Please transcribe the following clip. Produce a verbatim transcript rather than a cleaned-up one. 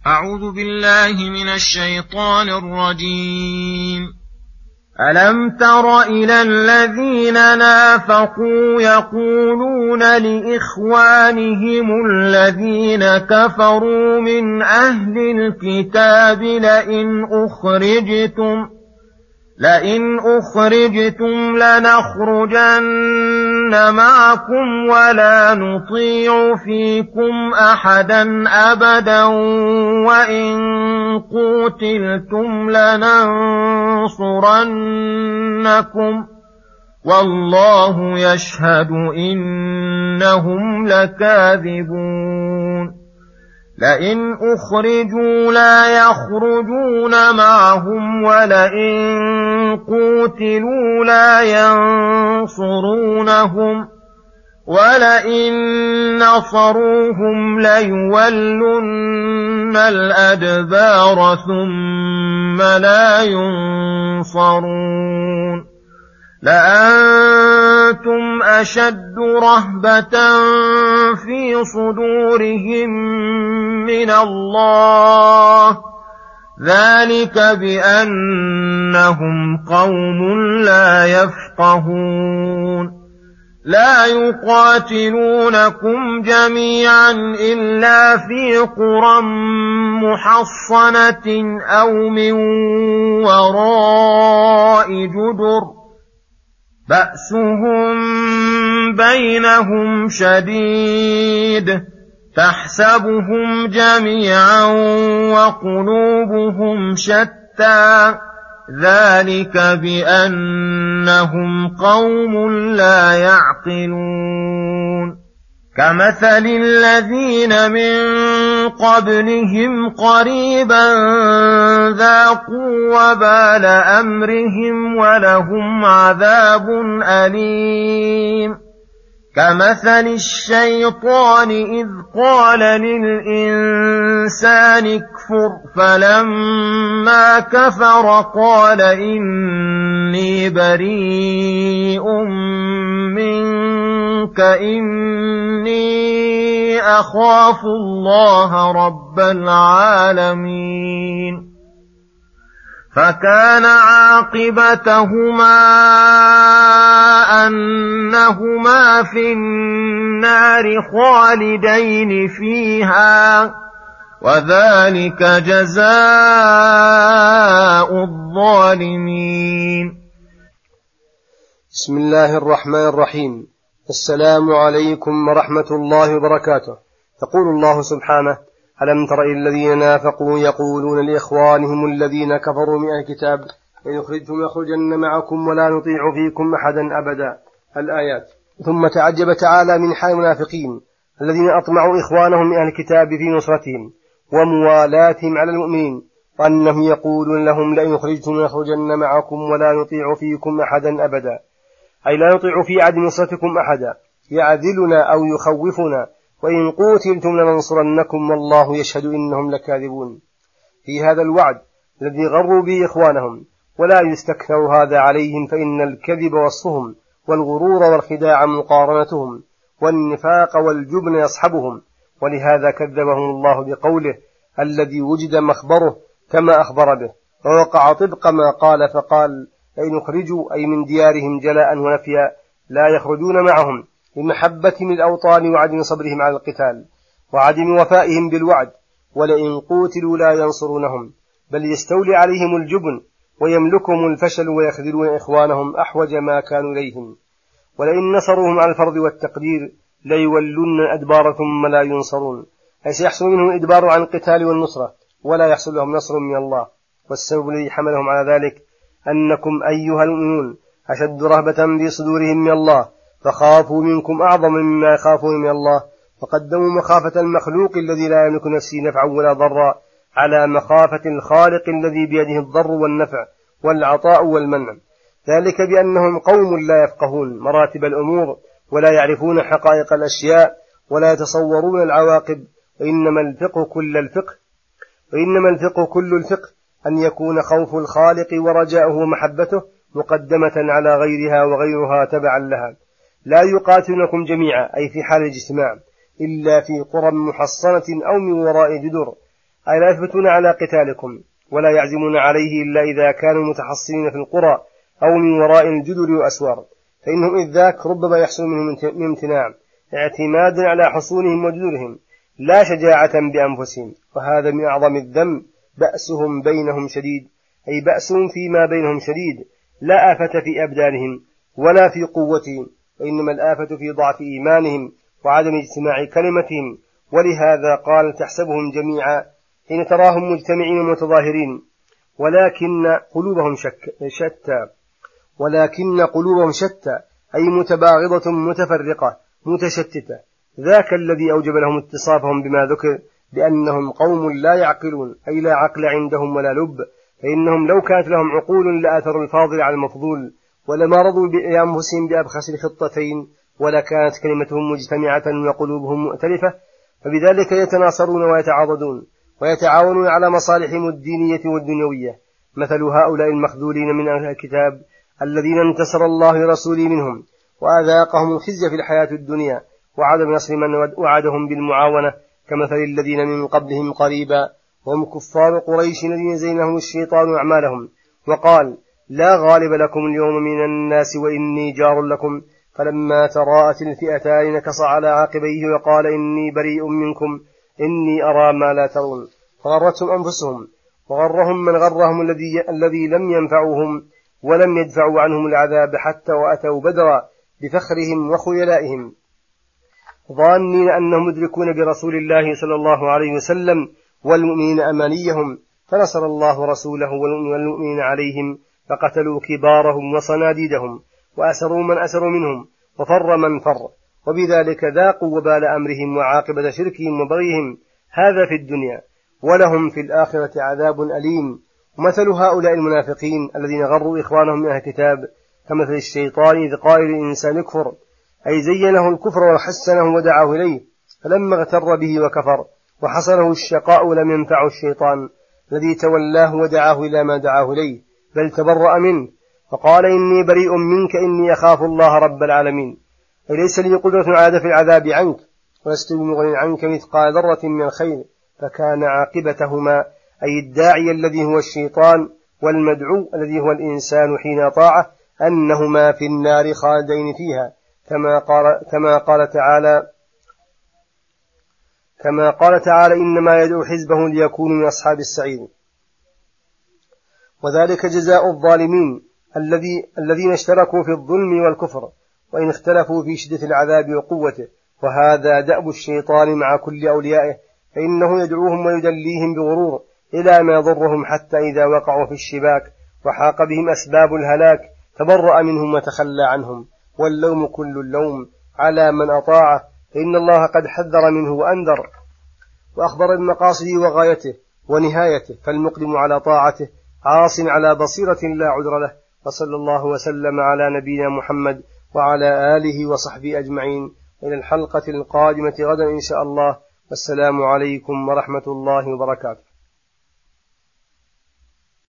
أعوذ بالله من الشيطان الرجيم. ألم تر إلى الذين نافقوا يقولون لإخوانهم الذين كفروا من أهل الكتاب لئن أخرجتم لئن أخرجتم لنخرجن معكم ولا نطيع فيكم أحدا أبدا وإن قوتلتم لننصرنكم والله يشهد إنهم لكاذبون. لئن أخرجوا لا يخرجون معهم ولئن قوتلوا لا ينصرونهم ولئن نصروهم ليولن الأدبار ثم لا ينصرون. لأنتم أشد رهبة في صدورهم من الله ذلك بأنهم قوم لا يفقهون. لا يقاتلونكم جميعا إلا في قرى محصنة أو من وراء جدر بأسهم بينهم شديد تحسبهم جميعا وقلوبهم شتى ذلك بأنهم قوم لا يعقلون. كمثل الذين من قبلهم قريبا ذاقوا وبال أمرهم ولهم عذاب أليم. كمثل الشيطان إذ قال للإنسان اكفر فلما كفر قال إني بريء منك إني أخاف الله رب العالمين. فكان عاقبتهما أنهما في النار خالدين فيها وذلك جزاء الظالمين. بسم الله الرحمن الرحيم. السلام عليكم ورحمة الله وبركاته. يقول الله سبحانه: ألم تر إلى الذين نافقوا يقولون لإخوانهم الذين كفروا من الكتاب إن يخرجتم يخرجن معكم ولا نطيع فيكم أحدا أبدا. الآيات. ثم تعجب تعالى من حال المنافقين الذين أطمعوا إخوانهم من أهل الكتاب في نصرتهم وموالاتهم على المؤمنين وأنهم يقولون لهم لئن يخرجتم يخرجن معكم ولا نطيع فيكم أحدا أبدا، أي لا نطيع في عدم نصرتكم أحدا يعذلنا أو يخوفنا، وإن قوتلتم لننصرنكم والله يشهد إنهم لكاذبون. في هذا الوعد الذي غروا به إخوانهم، ولا يستكثر هذا عليهم، فإن الكذب وصفهم والغرور والخداع مقارنتهم والنفاق والجبن يصحبهم، ولهذا كذبهم الله بقوله الذي وجد مخبره كما أخبر به، ووقع طبق ما قال فقال: إن يخرجوا أي من ديارهم جلاء ونفيا لا يخرجون معهم لمحبتهم الأوطان وعدم صبرهم على القتال وعدم وفائهم بالوعد، ولئن قوتلوا لا ينصرونهم، بل يستولي عليهم الجبن ويملكهم الفشل ويخذلون إخوانهم أحوج ما كانوا إليهم، ولئن نصروهم على الفرض والتقدير ليولون الأدبار ثم لا ينصرون، أي سيحصل منهم الإدبار عن القتال والنصرة ولا يحصل لهم نصر من الله. والسبب الذي حملهم على ذلك أنكم أيها المؤمنون أشد رهبة في صدورهم من الله، فخافوا منكم أعظم مما يخافون من الله، فقدموا مخافة المخلوق الذي لا يملك نفسه نفعا ولا ضرا على مخافة الخالق الذي بيده الضر والنفع والعطاء والمنع، ذلك بأنهم قوم لا يفقهون مراتب الأمور ولا يعرفون حقائق الأشياء ولا يتصورون العواقب. وإنما الفقه كل الفقه وإنما الفقه كل الفقه أن يكون خوف الخالق ورجاؤه ومحبته مقدمة على غيرها وغيرها تبعا لها. لا يقاتلونكم جميعا أي في حال الاجتماع إلا في قرى محصنة أو من وراء جدر، أي لا يثبتون على قتالكم ولا يعزمون عليه إلا إذا كانوا متحصنين في القرى أو من وراء الجدر وأسوار، فإنهم إذ ذاك ربما يحصل منهم امتناع اعتمادا على حصونهم وجدرهم لا شجاعة بأنفسهم، وهذا من أعظم الذنب. بأسهم بينهم شديد، أي بأسهم فيما بينهم شديد، لا آفة في أبدانهم ولا في قوتهم، وإنما الآفة في ضعف إيمانهم وعدم اجتماع كلمتهم. ولهذا قال تحسبهم جميعا حين تراهم مجتمعين متظاهرين ولكن قلوبهم شك شتى ولكن قلوبهم شتى أي متباغضة متفرقة متشتتة. ذاك الذي أوجب لهم اتصافهم بما ذكر بأنهم قوم لا يعقلون، أي لا عقل عندهم ولا لب، فإنهم لو كانت لهم عقول لآثروا الفاضل على المفضول ولما رضوا بأنفسهم بأبخس الخطتين، ولكانت كلمتهم مجتمعة وقلوبهم مؤتلفة، فبذلك يتناصرون ويتعاضدون ويتعاونون على مصالحهم الدينية والدنيوية. مثل هؤلاء المخذولين من أهل الكتاب الذين انتصر الله لرسوله منهم وأذاقهم الخزي في الحياة الدنيا وعدم نصر من وعدهم بالمعاونة، كمثل الذين من قبلهم قريبا وهم كفار قريش الذين زينهم الشيطان أعمالهم وقال لا غالب لكم اليوم من الناس وإني جار لكم، فلما تراءت الفئتان نكص على عقبيه وقال إني بريء منكم إني أرى ما لا ترون، فغرتهم أنفسهم وغرهم من غرهم الذي, الذي لم ينفعوهم ولم يدفعوا عنهم العذاب حتى وأتوا بدرا بفخرهم وخيلائهم ظانين أنهم مدركون برسول الله صلى الله عليه وسلم والمؤمنين أمانيهم، فنصر الله رسوله والمؤمنين عليهم فقتلوا كبارهم وصناديدهم وأسروا من أسروا منهم وفر من فر، وبذلك ذاقوا وبال أمرهم وعاقبة شركهم وبغيهم، هذا في الدنيا، ولهم في الآخرة عذاب أليم. ومثل هؤلاء المنافقين الذين غروا إخوانهم من أهل الكتاب كمثل الشيطان إذ قال للإنسان اكفر، أي زينه الكفر وحسنه ودعاه إليه، فلما اغتر به وكفر وحصله الشقاء لم ينفعه الشيطان الذي تولاه ودعاه إلى ما دعاه إليه، بل تبرأ منه فقال إني بريء منك إني أخاف الله رب العالمين، أي ليس لي قدرة على دفع العذاب عنك ولست بمغن عنك مثقال ذرة من الخير، فكان عاقبتهما أي الداعي الذي هو الشيطان والمدعو الذي هو الإنسان حين طاعه أنهما في النار خالدين فيها، كما قال, كما قال تعالى كما قال تعالى إنما يدعو حزبه ليكونوا من أصحاب السعير. وذلك جزاء الظالمين الذي الذين اشتركوا في الظلم والكفر وإن اختلفوا في شدة العذاب وقوته، وهذا دأب الشيطان مع كل أوليائه، فإنه يدعوهم ويدليهم بغرور إلى ما يضرهم حتى إذا وقعوا في الشباك وحاق بهم أسباب الهلاك تبرأ منهم وتخلى عنهم، واللوم كل اللوم على من أطاعه، فإن الله قد حذر منه وأنذر وأخبر بمقاصده وغايته ونهايته، فالمقدم على طاعته عاص على بصيرة لا عذر له. وصلى الله وسلم على نبينا محمد وعلى آله وصحبه أجمعين، إلى الحلقة القادمة غدا إن شاء الله، والسلام عليكم ورحمة الله وبركاته.